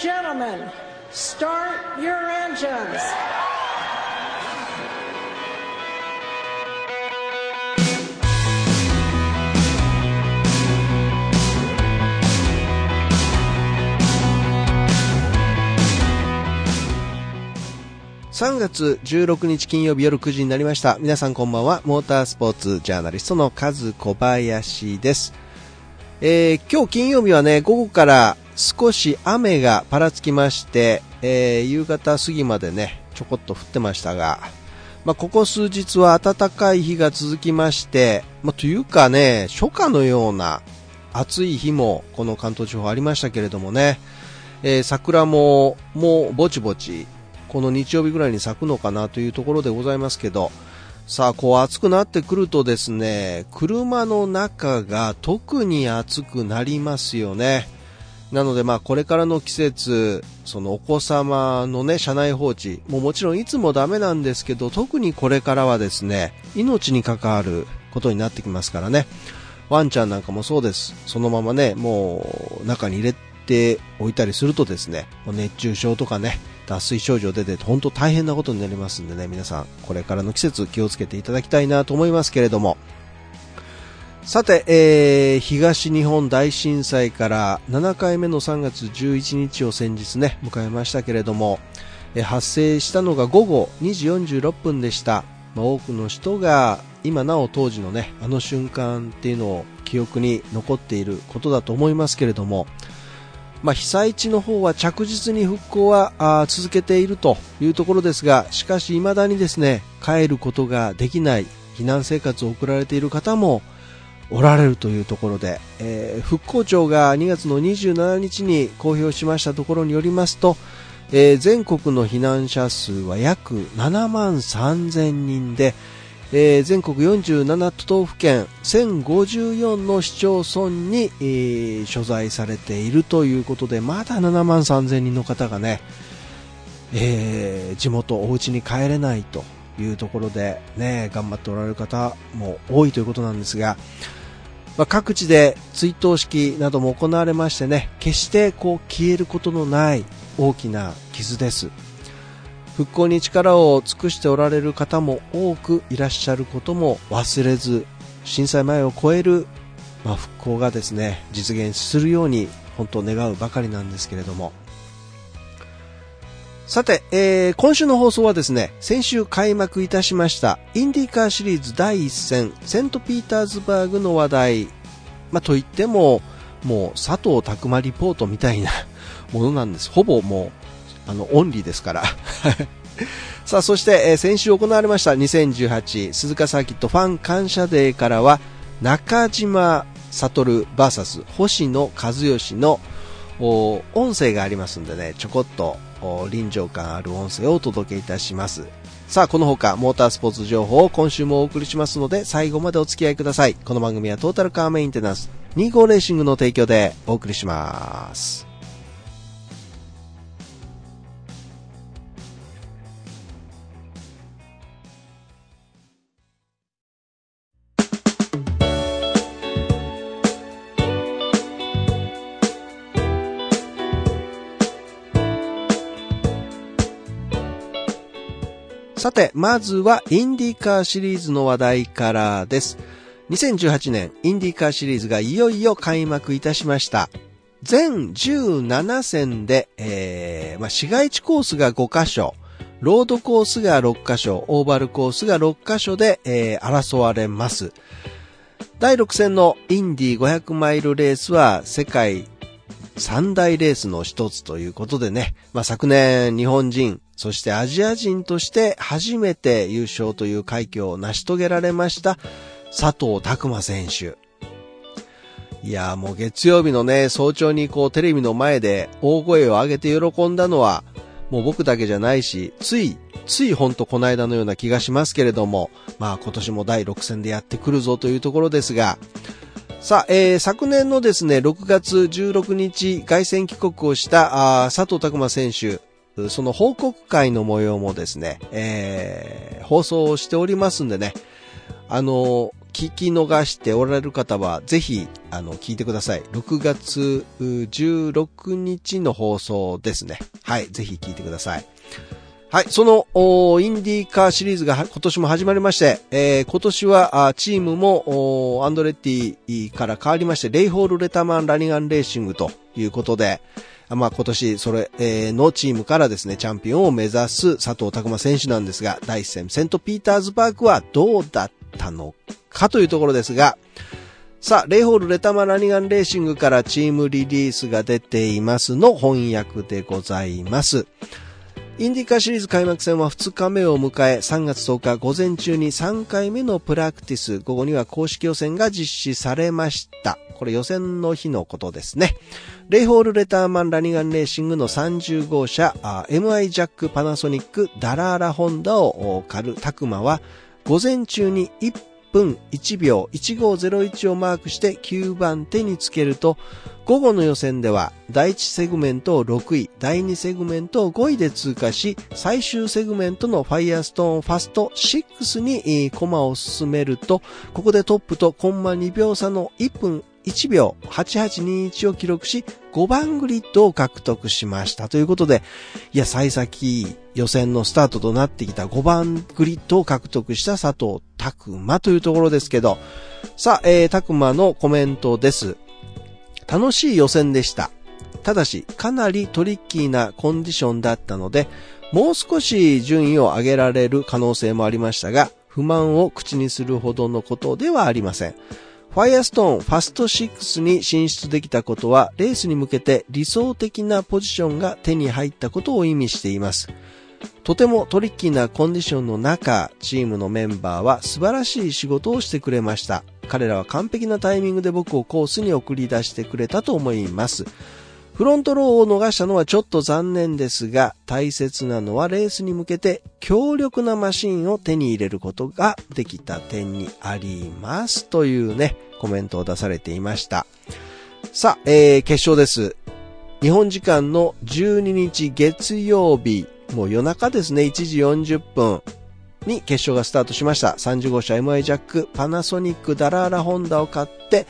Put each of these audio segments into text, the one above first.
gentlemen, start your engines. 3月16日金曜日夜9時になりました。皆さんこんばんは。モータースポーツジャーナリストのカズ小林です。今日金曜日はね、午後から少し雨がぱらつきまして、夕方過ぎまでね、ちょこっと降ってましたが、ここ数日は暖かい日が続きまして、というかね、初夏のような暑い日もこの関東地方ありましたけれどもね、桜ももうぼちぼちこの日曜日ぐらいに咲くのかなというところでございますけど、さあこう暑くなってくるとですね、車の中が特に暑くなりますよね。なのでこれからの季節、そのお子様のね車内放置もちろんいつもダメなんですけど、特にこれからはですね、命に関わることになってきますからね。ワンちゃんなんかもそうです。そのままね、もう中に入れておいたりするとですね、熱中症とかね、脱水症状出て本当大変なことになりますんでね、皆さんこれからの季節気をつけていただきたいなと思いますけれども、さて、東日本大震災から7回目の3月11日を先日ね迎えましたけれども、発生したのが午後2時46分でした。多くの人が今なお当時のねあの瞬間っていうのを記憶に残っていることだと思いますけれども、被災地の方は着実に復興は続けているというところですが、しかし未だにですね、帰ることができない避難生活を送られている方もおられるというところで、復興庁が2月の27日に公表しましたところによりますと、全国の避難者数は約7万3000人で、全国47都道府県1054の市町村に、所在されているということで、まだ7万3000人の方がね、地元お家に帰れないというところでね、頑張っておられる方も多いということなんですが、各地で追悼式なども行われましてね、決して消えることのない大きな傷です。復興に力を尽くしておられる方も多くいらっしゃることも忘れず、震災前を超える、復興がですね実現するように本当願うばかりなんですけれども、さて、今週の放送はですね、先週開幕いたしましたインディカーシリーズ第1戦セントピーターズバーグの話題、といってももう佐藤拓磨リポートみたいなものなんです。ほぼもうオンリーですからさあそして、先週行われました2018鈴鹿サーキットファン感謝デーからは、中島悟 VS 星野和義の音声がありますんでね、ちょこっと臨場感ある音声をお届けいたします。さあこの他モータースポーツ情報を今週もお送りしますので、最後までお付き合いください。この番組はトータルカーメインテナンス25レーシングの提供でお送りします。さてまずはインディカーシリーズの話題からです。2018年インディカーシリーズがいよいよ開幕いたしました。全17戦で、市街地コースが5カ所、ロードコースが6カ所、オーバルコースが6カ所で、争われます。第6戦のインディ500マイルレースは世界三大レースの一つということでね、昨年日本人そしてアジア人として初めて優勝という快挙を成し遂げられました佐藤拓磨選手。いやもう月曜日のね早朝にテレビの前で大声を上げて喜んだのはもう僕だけじゃないし、ついほんとこの間のような気がしますけれども、今年も第6戦でやってくるぞというところですが、さあ、昨年のですね6月16日凱旋帰国をした佐藤拓磨選手、その報告会の模様もですね、放送しておりますんでね、 聞き逃しておられる方は、ぜひ、聞いてください。6月16日の放送ですね。はい、ぜひ聞いてください。はい、その、インディーカーシリーズが今年も始まりまして、今年は、チームも、アンドレッティから変わりまして、レイホールレタマンラニガンレーシングということで、今年、それ、のチームからですね、チャンピオンを目指す佐藤拓磨選手なんですが、第一戦、セントピーターズバーグはどうだったのかというところですが、さあ、レイホールレタマンラニガンレーシングからチームリリースが出ていますの翻訳でございます。インディカーシリーズ開幕戦は2日目を迎え、3月10日午前中に3回目のプラクティス、午後には公式予選が実施されました。これ予選の日のことですね。レイホールレターマンラニガンレーシングの30号車、MI ジャックパナソニックダラーラホンダを狩るタクマは、午前中に1分1秒1501をマークして9番手につけると、午後の予選では第1セグメントを6位、第2セグメントを5位で通過し、最終セグメントのファイヤーストーンファスト6にコマを進めると、ここでトップとコンマ2秒差の1分1秒8821を記録し、5番グリッドを獲得しました。ということで、いや、幸先予選のスタートとなってきた5番グリッドを獲得した佐藤拓磨というところですけど、さあ、拓磨のコメントです。楽しい予選でした。ただし、かなりトリッキーなコンディションだったので、もう少し順位を上げられる可能性もありましたが、不満を口にするほどのことではありません。ファイアストーンファスト6に進出できたことは、レースに向けて理想的なポジションが手に入ったことを意味しています。とてもトリッキーなコンディションの中、チームのメンバーは素晴らしい仕事をしてくれました。彼らは完璧なタイミングで僕をコースに送り出してくれたと思います。フロントローを逃したのはちょっと残念ですが、大切なのはレースに向けて強力なマシンを手に入れることができた点にありますというね、コメントを出されていました。さあ、決勝です。日本時間の12日月曜日、もう夜中ですね、1時40分に決勝がスタートしました。30号車 MI ジャックパナソニックダラーラホンダを買って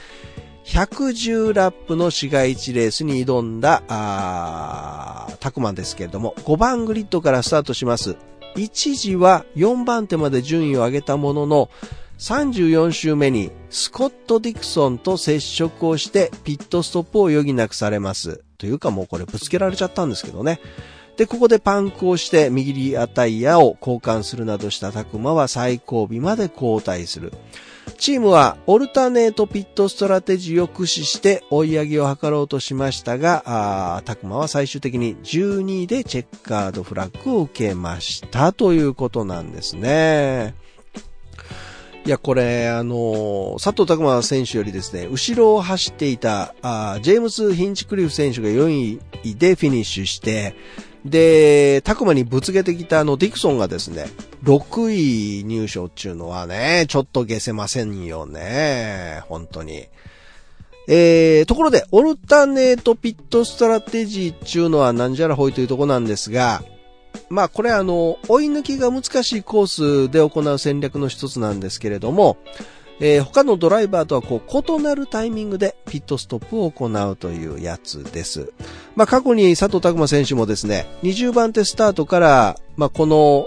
110ラップの市街地レースに挑んだタクマンですけれども、5番グリッドからスタートします。一時は4番手まで順位を上げたものの、34周目にスコット・ディクソンと接触をしてピットストップを余儀なくされます。というかもうこれぶつけられちゃったんですけどね。で、ここでパンクをして右リアタイヤを交換するなどしたタクマは最後尾まで後退する。チームはオルタネートピットストラテジーを駆使して追い上げを図ろうとしましたが、タクマは最終的に12位でチェッカードフラッグを受けましたということなんですね。いや、これ、佐藤拓磨選手よりですね、後ろを走っていた、ジェームス・ヒンチクリフ選手が4位でフィニッシュして、で、拓磨にぶつけてきたディクソンがですね、6位入賞っていうのはね、ちょっと下せませんよね。本当に。ところで、オルタネートピットストラテジーっていうのはなんじゃらほいというところなんですが、まあこれ追い抜きが難しいコースで行う戦略の一つなんですけれども、他のドライバーとは異なるタイミングでピットストップを行うというやつです。まあ過去に佐藤拓磨選手もですね、20番手スタートから、まあこの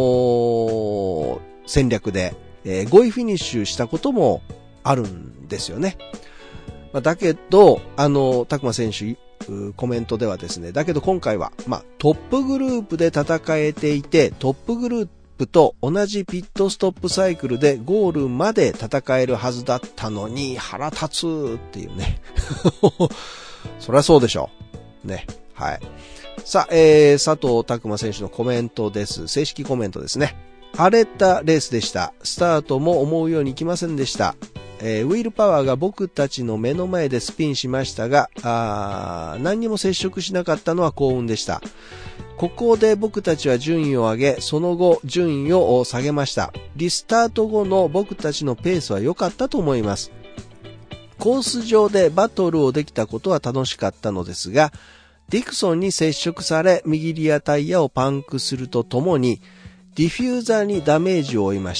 戦略で、5位フィニッシュしたこともあるんですよね。まあ、だけど拓磨選手コメントではですね、だけど今回はまあトップグループで戦えていて、トップグループと同じピットストップサイクルでゴールまで戦えるはずだったのに腹立つっていうねそりゃそうでしょうね。はい。さあ、佐藤拓磨選手のコメントです。正式コメントですね。荒れたレースでした。スタートも思うようにいきませんでした。ウィールパワーが僕たちの目の前でスピンしましたが、何にも接触しなかったのは幸運でした。ここで僕たちは順位を上げ、その後順位を下げました。リスタート後の僕たちのペースは良かったと思います。コース上でバトルをできたことは楽しかったのですが、ディクソンに接触され右リアタイヤをパンクするとともに、ディフューザーにダメージを負いました。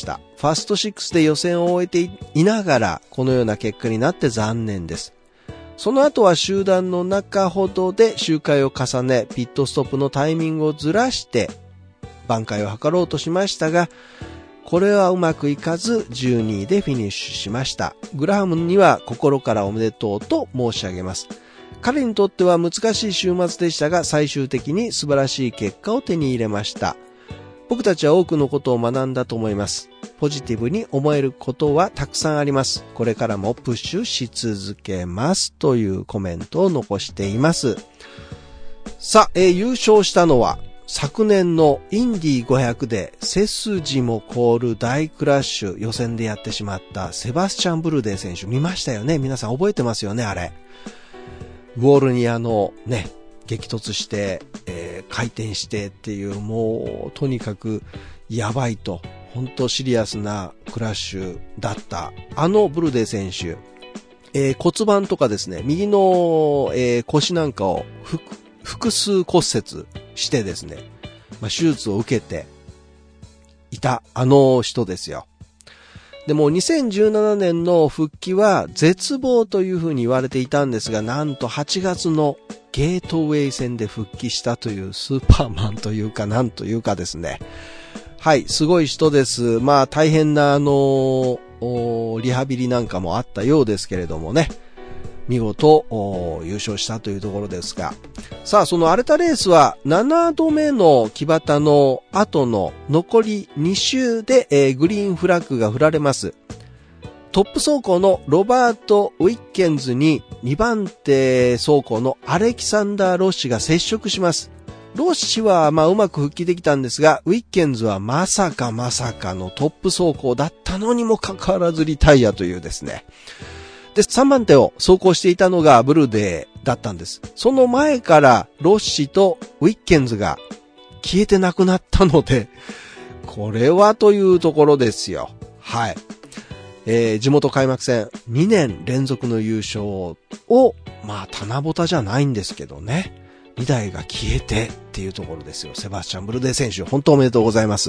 ファスト6で予選を終えていながら、このような結果になって残念です。その後は集団の中ほどで周回を重ね、ピットストップのタイミングをずらして挽回を図ろうとしましたが、これはうまくいかず12位でフィニッシュしました。グラハムには心からおめでとうと申し上げます。彼にとっては難しい週末でしたが、最終的に素晴らしい結果を手に入れました。僕たちは多くのことを学んだと思います。ポジティブに思えることはたくさんあります。これからもプッシュし続けますというコメントを残しています。さあ、優勝したのは昨年のインディ500で背筋も凍る大クラッシュ予選でやってしまったセバスチャン・ブルデー選手見ましたよね。皆さん覚えてますよね、あれ。ウォールに激突して、回転してっていう、もうとにかくやばいと、本当シリアスなクラッシュだったブルデー選手、骨盤とかですね、右の、腰なんかを複数骨折してですね、手術を受けていた人ですよ。でも2017年の復帰は絶望というふうに言われていたんですが、なんと8月のゲートウェイ戦で復帰したというスーパーマンというかなんというかですね。はい、すごい人です。大変なリハビリなんかもあったようですけれどもね。見事優勝したというところですが、さあその荒れたレースは7度目の木端の後の残り2周で、グリーンフラッグが振られます。トップ走行のロバート・ウィッケンズに2番手走行のアレキサンダー・ロッシが接触します。ロッシはうまく復帰できたんですが、ウィッケンズはまさかのトップ走行だったのにもかかわらずリタイアというですね。で、3番手を走行していたのがブルデーだったんです。その前からロッシとウィッケンズが消えてなくなったので、これはというところですよ。はい。地元開幕戦2年連続の優勝を、棚ぼたじゃないんですけどね。2台が消えてっていうところですよ。セバスチャン・ブルデー選手、本当おめでとうございます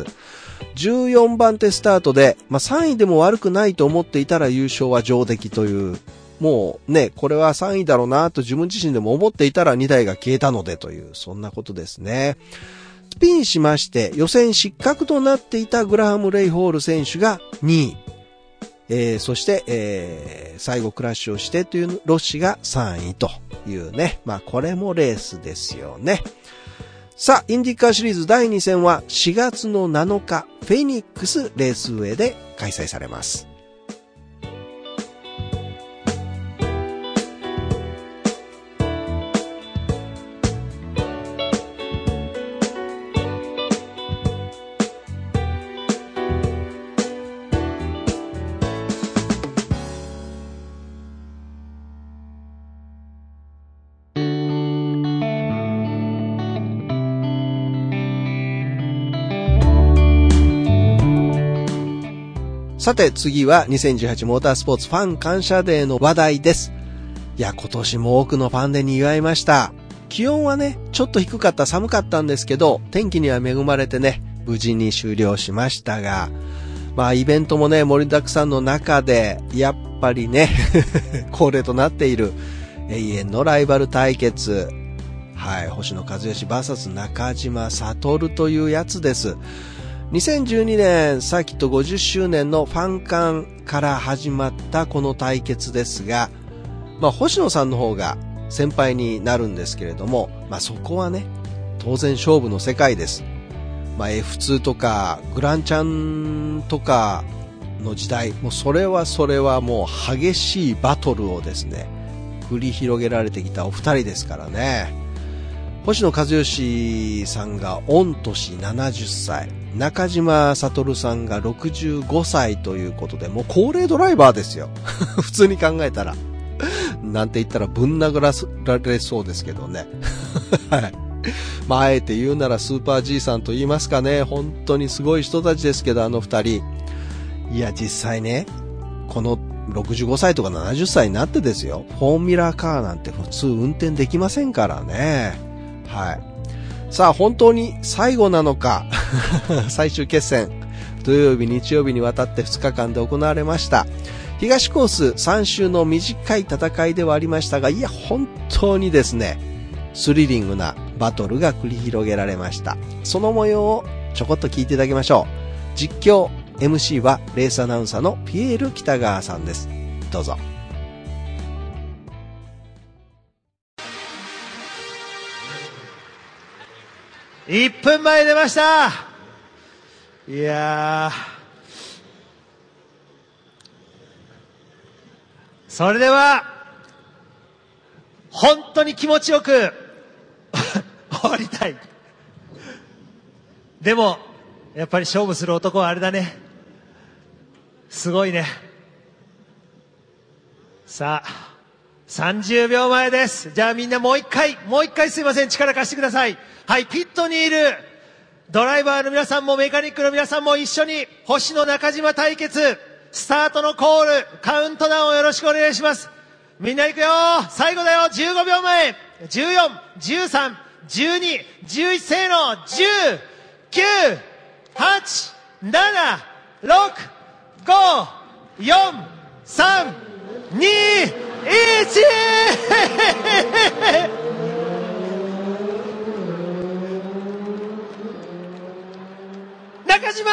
。14番手スタートで、3位でも悪くないと思っていたら優勝は上出来という、もうね、これは3位だろうなと自分自身でも思っていたら2台が消えたのでという、そんなことですね。スピンしまして予選失格となっていたグラハム・レイホール選手が2位。そして、最後クラッシュをしてというロッシが3位というね。これもレースですよね。さあ、インディカーシリーズ第2戦は4月の7日、フェニックスレースウェイで開催されます。さて次は2018モータースポーツファン感謝デーの話題です。いや、今年も多くのファンで賑わいました。気温はね、ちょっと低かった、寒かったんですけど、天気には恵まれてね、無事に終了しましたが、イベントもね、盛りだくさんの中で、やっぱりね、恒例となっている永遠のライバル対決。はい、星野一義 VS 中島悟というやつです。2012年サーキット50周年のファン感から始まったこの対決ですが、星野さんの方が先輩になるんですけれども、そこはね、当然勝負の世界です。F2 とかグランチャンとかの時代、もうそれはもう激しいバトルをですね、繰り広げられてきたお二人ですからね。星野一義さんが御年70歳、中島悟さんが65歳ということで、もう高齢ドライバーですよ。普通に考えたら。なんて言ったらぶん殴られそうですけどね。はい。あえて言うならスーパー G さんと言いますかね。本当にすごい人たちですけど、あの二人。いや、実際ね、この65歳とか70歳になってですよ。フォーミュラーカーなんて普通運転できませんからね。はい。さあ、本当に最後なのか。最終決戦。 土曜日日曜日にわたって2日間で行われました。東コース3周の短い戦いではありましたが、いや本当にですね、スリリングなバトルが繰り広げられました。その模様をちょこっと聞いていただきましょう。実況 MC はレースアナウンサーのピエール北川さんです。どうぞ。 1分前出ました。いやそれでは本当に気持ちよく終わりたい。でもやっぱり勝負する男はあれだね、すごいね。さあ30秒前です。じゃあみんなもう一回すいません、力貸してください。はい、ピットにいるドライバーの皆さんもメカニックの皆さんも一緒に星野中島対決スタートのコールカウントダウンをよろしくお願いします。みんな行くよ、最後だよ。15秒前、14、13、12、11、せーの、10、9、8、7、6、5、4、3、2、1中島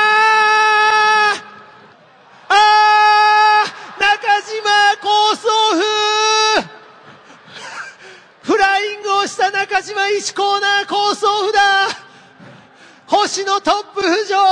中島コースオフフライングをした中島1コーナーコースオフだ。星のトップ浮上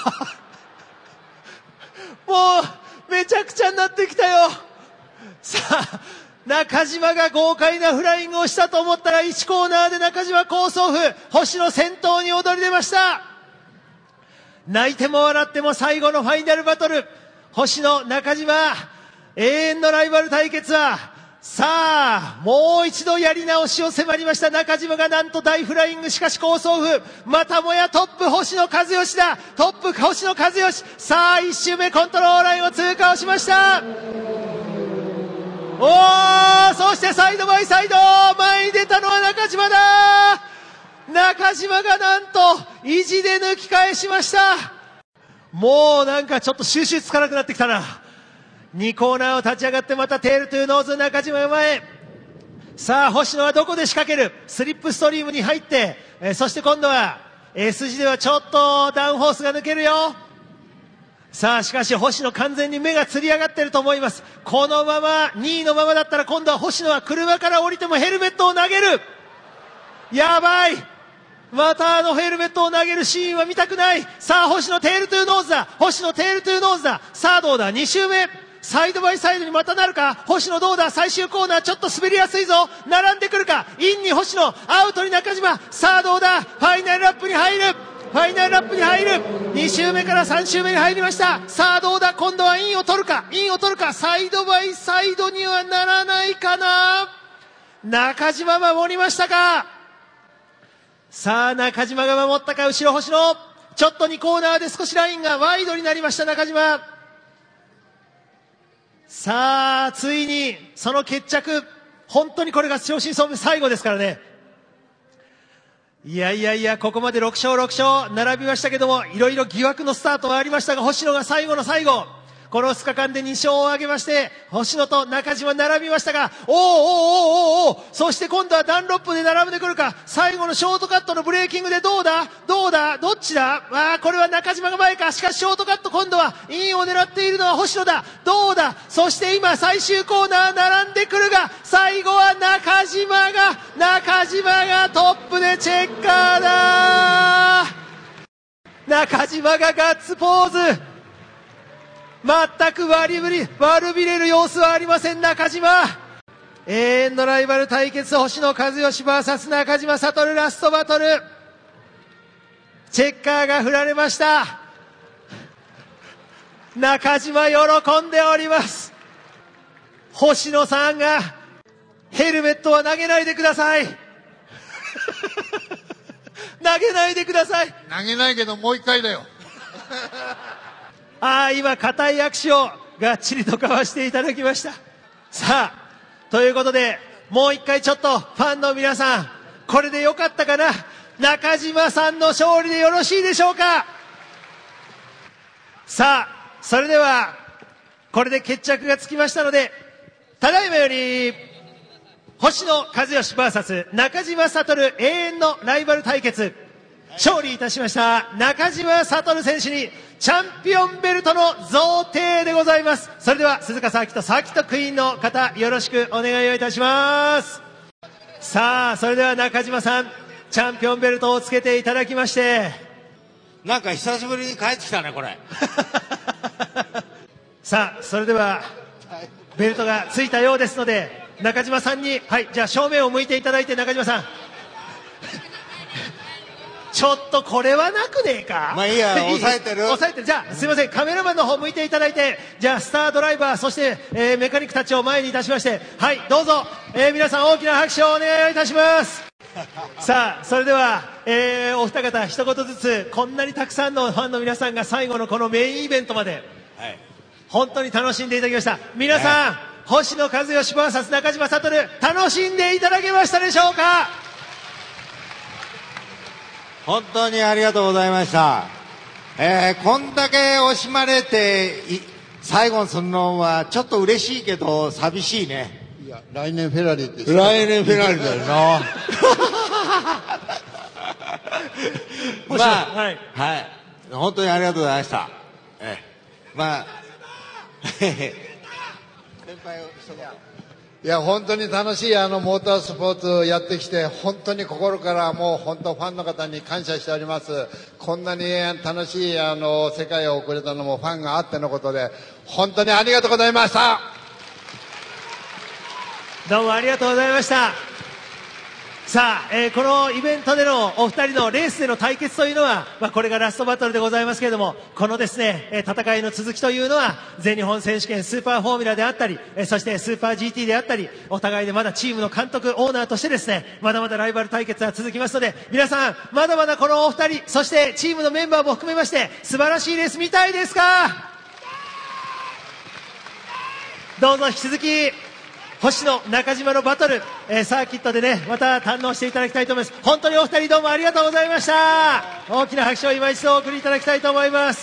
もうめちゃくちゃになってきたよ。さあ中島が豪快なフライングをしたと思ったら1コーナーで中島コースオフ、星野先頭に躍り出ました。泣いても笑っても最後のファイナルバトル、星野中島永遠のライバル対決は、さあもう一度やり直しを迫りました。中島がなんと大フライング、しかしコースオフ、またもやトップ星野和義だ。トップ星野和義、さあ1周目コントロールラインを通過をしました。そしてサイドバイサイド前に出たのは中島だ。中島がなんと意地で抜き返しました。もうなんかちょっと収集つかなくなってきたな。2コーナーを立ち上がってまたテールトゥーノーズ、中島が前。さあ星野はどこで仕掛ける。スリップストリームに入って、そして今度は S 字ではちょっとダウンホースが抜けるよ。さあしかし星野完全に目がつり上がっていると思います。このまま2位のままだったら今度は星野は車から降りてもヘルメットを投げる。やばい、またヘルメットを投げるシーンは見たくない。さあ星野テールトゥーノーズだ。星野テールトゥーノーズだ。さあどうだ、2周目サイドバイサイドにまたなるか。星野どうだ、最終コーナーちょっと滑りやすいぞ。並んでくるか。インに星野、アウトに中島。さあどうだ、ファイナルラップに入る。ファイナルラップに入る。2周目から3周目に入りました。さあどうだ、今度はインを取るか。インを取るか。サイドバイサイドにはならないかな。中島守りましたか。さあ中島が守ったか。後ろ星野、ちょっと2コーナーで少しラインがワイドになりました中島。さあついにその決着、本当にこれが正真正銘最後ですからね。いやここまで6勝6勝並びましたけども、いろいろ疑惑のスタートはありましたが、星野が最後の最後この2日間で2勝を挙げまして、星野と中島並びましたが、そして今度はダンロップで並んでくるか。最後のショートカットのブレーキングでどっちだ。これは中島が前か。しかしショートカット、今度はインを狙っているのは星野だ。どうだ。そして今最終コーナー並んでくるが、最後は中島がトップでチェッカーだ。中島がガッツポーズ、全く悪びれる様子はありません中島。永遠のライバル対決、星野和義 VS 中島悟、ラストバトル。チェッカーが振られました。中島喜んでおります。星野さんがヘルメットは投げないでください投げないでください。 投げないけどもう一回だよ今固い握手をがっちりと交わしていただきました。さあということで、もう一回ちょっとファンの皆さん、これでよかったかな。中島さんの勝利でよろしいでしょうか。 さあ、それではこれで決着がつきましたので、ただいまより星野和義 VS 中島悟永遠のライバル対決、勝利いたしました中島悟選手にチャンピオンベルトの贈呈でございます。それでは鈴鹿サーキットサーキットクイーンの方、よろしくお願いをいたします。さあ、それでは中島さん、チャンピオンベルトをつけていただきまして、 なんか久しぶりに帰ってきたねこれさあ、それではベルトがついたようですので、中島さんに、はい、じゃあ正面を向いていただいて、中島さんちょっとこれはなくねえか。 まあいいや、抑えてる。 抑えてる。じゃあすいません、カメラマンの方向いていただいて、じゃあスタードライバー、そして、メカニックたちを前にいたしまして、はい、どうぞ、皆さん大きな拍手をお願いいたしますさあ、それでは、お二方一言ずつ、こんなにたくさんのファンの皆さんが最後のこのメインイベントまで、はい、本当に楽しんでいただきました。皆さん、星野和義 VS 中島悟、楽しんでいただけましたでしょうか。 本当にありがとうございました。こんだけ惜しまれて最後にするのはちょっと嬉しいけど寂しいね。 いや、来年フェラリです。 来年フェラリだよなまあ、はい、はい、本当にありがとうございました。まあ先輩をいや、本当に楽しいモータースポーツをやってきて、本当に心からもう本当ファンの方に感謝しております。こんなに楽しい世界を送れたのもファンがあってのことで、本当にありがとうございました。 どうもありがとうございました。さあ、このイベントでのお二人のレースでの対決というのは、これがラストバトルでございますけれども、このですね、戦いの続きというのは全日本選手権スーパーフォーミュラであったり、そしてスーパー GT であったり、お互いでまだチームの監督オーナーとしてですね、まだまだライバル対決は続きますので、皆さんまだまだこのお二人、そしてチームのメンバーも含めまして素晴らしいレース見たいですか。どうぞ引き続き星野中島のバトル、サーキットでね、また堪能していただきたいと思います。本当にお二人どうもありがとうございました。大きな拍手を今一度お送りいただきたいと思います。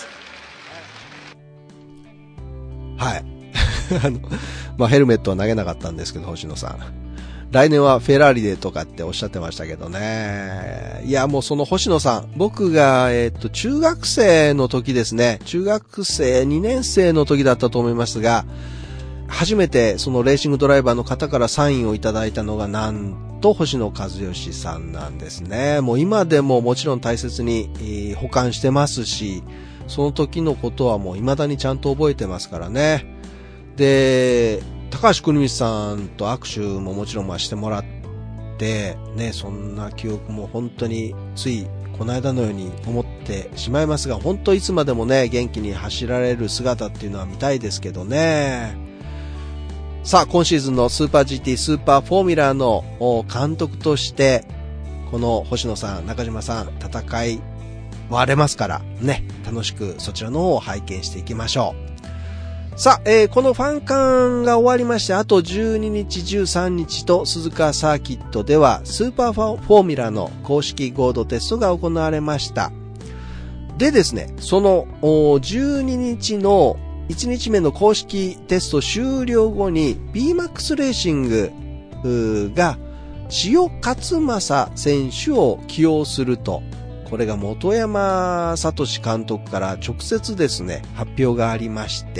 はいヘルメットは投げなかったんですけど、星野さん来年はフェラーリでとかっておっしゃってましたけどね。いや、もうその星野さん、僕が中学生の時ですね、中学生2年生の時だったと思いますが、初めてそのレーシングドライバーの方からサインをいただいたのがなんと星野和義さんなんですね。もう今でももちろん大切に保管してますし、その時のことはもう未だにちゃんと覚えてますからね。で、高橋邦光さんと握手ももちろんしてもらってね、そんな記憶も本当についこの間のように思ってしまいますが、本当いつまでもね元気に走られる姿っていうのは見たいですけどね。さあ、今シーズンのスーパー GT スーパーフォーミュラーの監督としてこの星野さん、中島さん戦い割れますからね、楽しくそちらの方を拝見していきましょう。さあ、このファン館が終わりまして、あと12日13日と鈴鹿サーキットではスーパーフォーミュラーの公式合同テストが行われました。でですね、その12日の1日目の公式テスト終了後に BMAX レーシングが塩勝正選手を起用すると、これが本山聡監督から直接ですね発表がありまして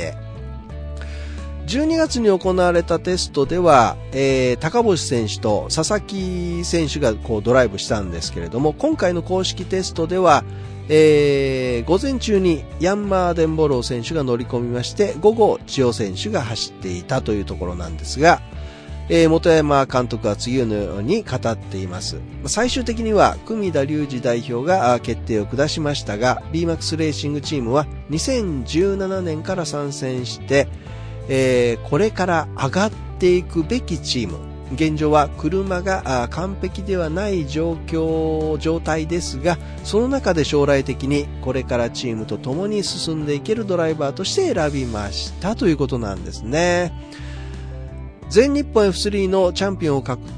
、12月に行われたテストでは、高星選手と佐々木選手がこうドライブしたんですけれども、今回の公式テストでは午前中にヤンマーデンボロー選手が乗り込みまして、午後千代選手が走っていたというところなんですが、本山監督は次のように語っています。最終的には久田隆二代表が決定を下しましたが、 BMAX レーシングチームは2017年から参戦して、これから上がっていくべきチーム、現状は車が完璧ではない状態ですが、その中で将来的にこれからチームと共に進んでいけるドライバーとして選びましたということなんですね。全日本 F3 のチャンピオンを獲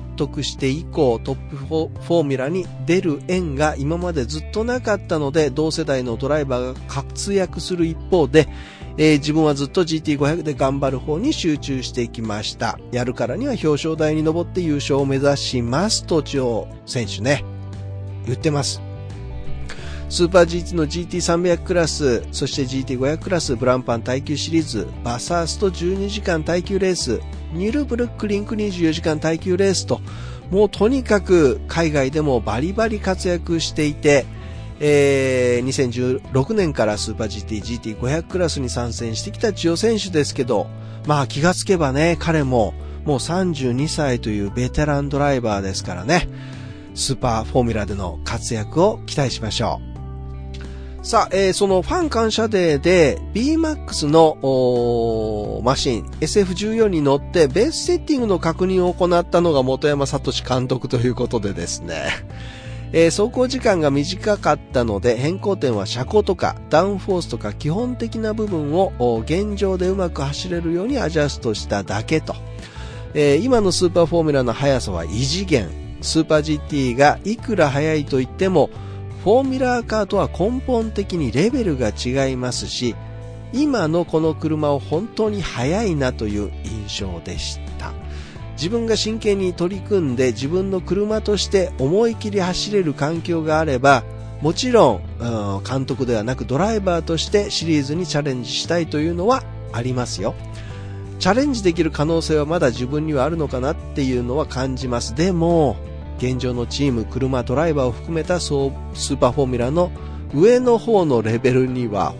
得して以降、トップフォーミュラに出る縁が今までずっとなかったので、同世代のドライバーが活躍する一方で、自分はずっと GT500 で頑張る方に集中していきました。やるからには表彰台に上って優勝を目指しますと、千代選手ね、言ってます。スーパー GT の GT300 クラス、そして GT500 クラス、ブランパン耐久シリーズ、バサースト12時間耐久レース、ニュルブルックリンク24時間耐久レースと、もうとにかく海外でもバリバリ活躍していて、2016年からスーパー GT、GT500 クラスに参戦してきた千代選手ですけど、まあ気がつけばね、彼ももう32歳というベテランドライバーですからね、スーパーフォーミュラでの活躍を期待しましょう。さあ、そのファン感謝デーで BMAX のマシン SF14 に乗ってベースセッティングの確認を行ったのが本山聡監督ということでですね、走行時間が短かったので変更点は車高とかダウンフォースとか基本的な部分を現状でうまく走れるようにアジャストしただけと、今のスーパーフォーミュラの速さは異次元。スーパー GT がいくら速いと言ってもフォーミュラーカーとは根本的にレベルが違いますし、今のこの車を本当に速いなという印象でした。自分が真剣に取り組んで自分の車として思い切り走れる環境があれば、もちろん、監督ではなくドライバーとしてシリーズにチャレンジしたいというのはありますよ。チャレンジできる可能性はまだ自分にはあるのかなっていうのは感じます。でも現状のチーム、車、ドライバーを含めたスーパーフォーミュラの上の方のレベルは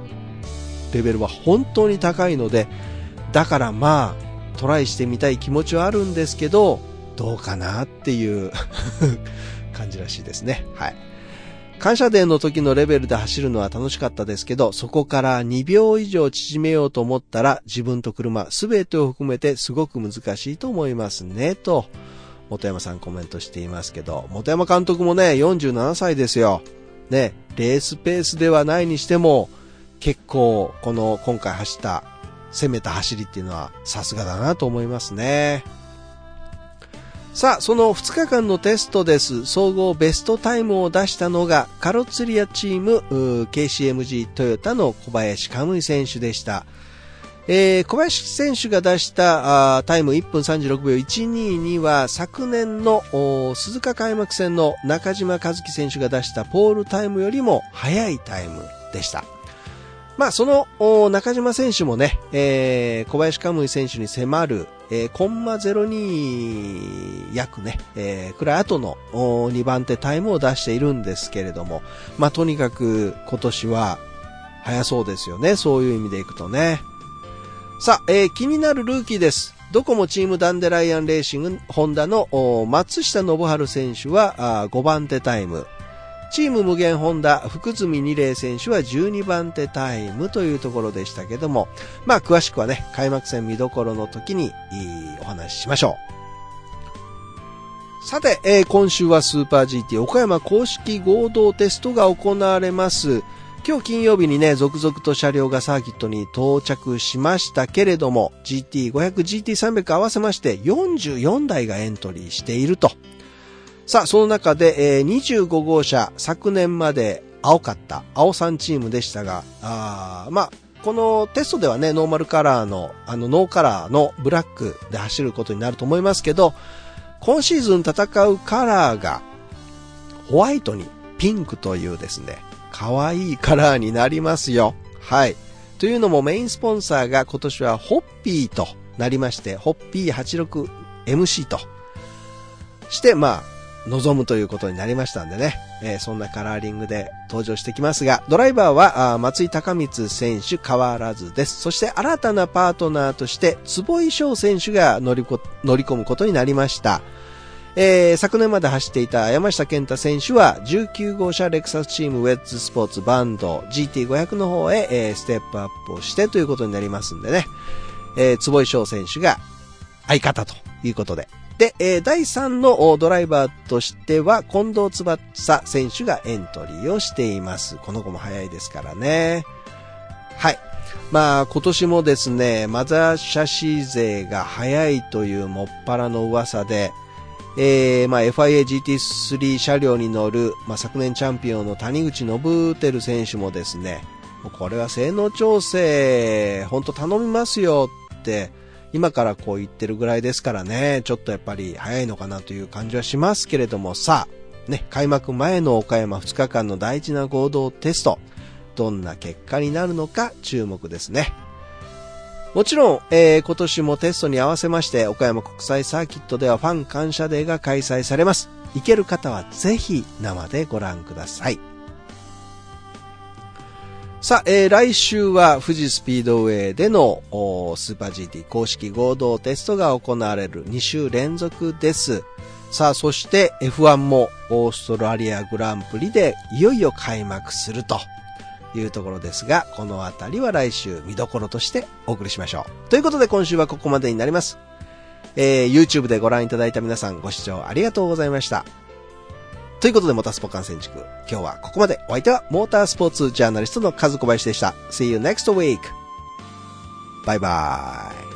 本当に高いので、だからまあトライしてみたい気持ちはあるんですけど、どうかなっていう感じらしいですね。はい。感謝デーの時のレベルで走るのは楽しかったですけど、そこから2秒以上縮めようと思ったら自分と車全てを含めてすごく難しいと思いますねと本山さんコメントしていますけど、本山監督もね、47歳ですよ。ね、レースペースではないにしても、結構、今回走った、攻めた走りっていうのは、さすがだなと思いますね。さあ、その2日間のテストです。総合ベストタイムを出したのが、カロッツェリアチーム、KCMG トヨタの小林可夢選手でした。小林選手が出したタイム1分36秒12には昨年の鈴鹿開幕戦の中島和樹選手が出したポールタイムよりも速いタイムでした。まあその中島選手もね、小林可夢選手に迫る、コンマ02約ね、くらい後の2番手タイムを出しているんですけれども、まあとにかく今年は速そうですよね。そういう意味でいくとね。さあ、気になるルーキーです。ドコモチームダンデライアンレーシングホンダの松下信治選手は5番手タイム。チーム無限ホンダ福住二玲選手は12番手タイムというところでしたけども、まあ詳しくはね、開幕戦見どころの時にお話ししましょう。さて、今週はスーパー GT 岡山公式合同テストが行われます。今日金曜日にね、続々と車両がサーキットに到着しましたけれども、GT500、GT300 合わせまして44台がエントリーしていると。さあ、その中で、25号車、昨年まで青かった青さんチームでしたが、まあ、このテストではね、ノーマルカラーの、ノーカラーのブラックで走ることになると思いますけど、今シーズン戦うカラーがホワイトにピンクというですね、可愛いカラーになりますよ。はい。というのもメインスポンサーが今年はホッピーとなりまして、ホッピー 86MC として、まあ、望むということになりましたんでね。そんなカラーリングで登場してきますが、ドライバーは松井孝光選手変わらずです。そして新たなパートナーとして坪井翔選手が乗り込むことになりました。昨年まで走っていた山下健太選手は19号車レクサスチームウェッズスポーツバンド GT500 の方へ、ステップアップをしてということになりますんでね、坪井翔選手が相方ということで、で、第3のドライバーとしては近藤翼選手がエントリーをしています。この子も早いですからね。はい。まあ今年もですね、マザーシャシー勢が早いというもっぱらの噂で、 FIA GT3 車両に乗る、昨年チャンピオンの谷口信輝選手もですね、もうこれは性能調整、ほんと頼みますよって、今からこう言ってるぐらいですからね、ちょっとやっぱり早いのかなという感じはしますけれども、さあ、ね、開幕前の岡山2日間の大事な合同テスト、どんな結果になるのか注目ですね。もちろん、今年もテストに合わせまして、岡山国際サーキットではファン感謝デーが開催されます。行ける方はぜひ生でご覧ください。さあ、来週は富士スピードウェイでのスーパー GT 公式合同テストが行われる2週連続です。さあ、そして F1 もオーストラリアグランプリでいよいよ開幕するというところですが、このあたりは来週見どころとしてお送りしましょう。ということで今週はここまでになります。YouTube でご覧いただいた皆さんご視聴ありがとうございました。ということでモータースポ観戦塾、今日はここまで。お相手はモータースポーツジャーナリストの和小林でした。See you next week. バイバイ。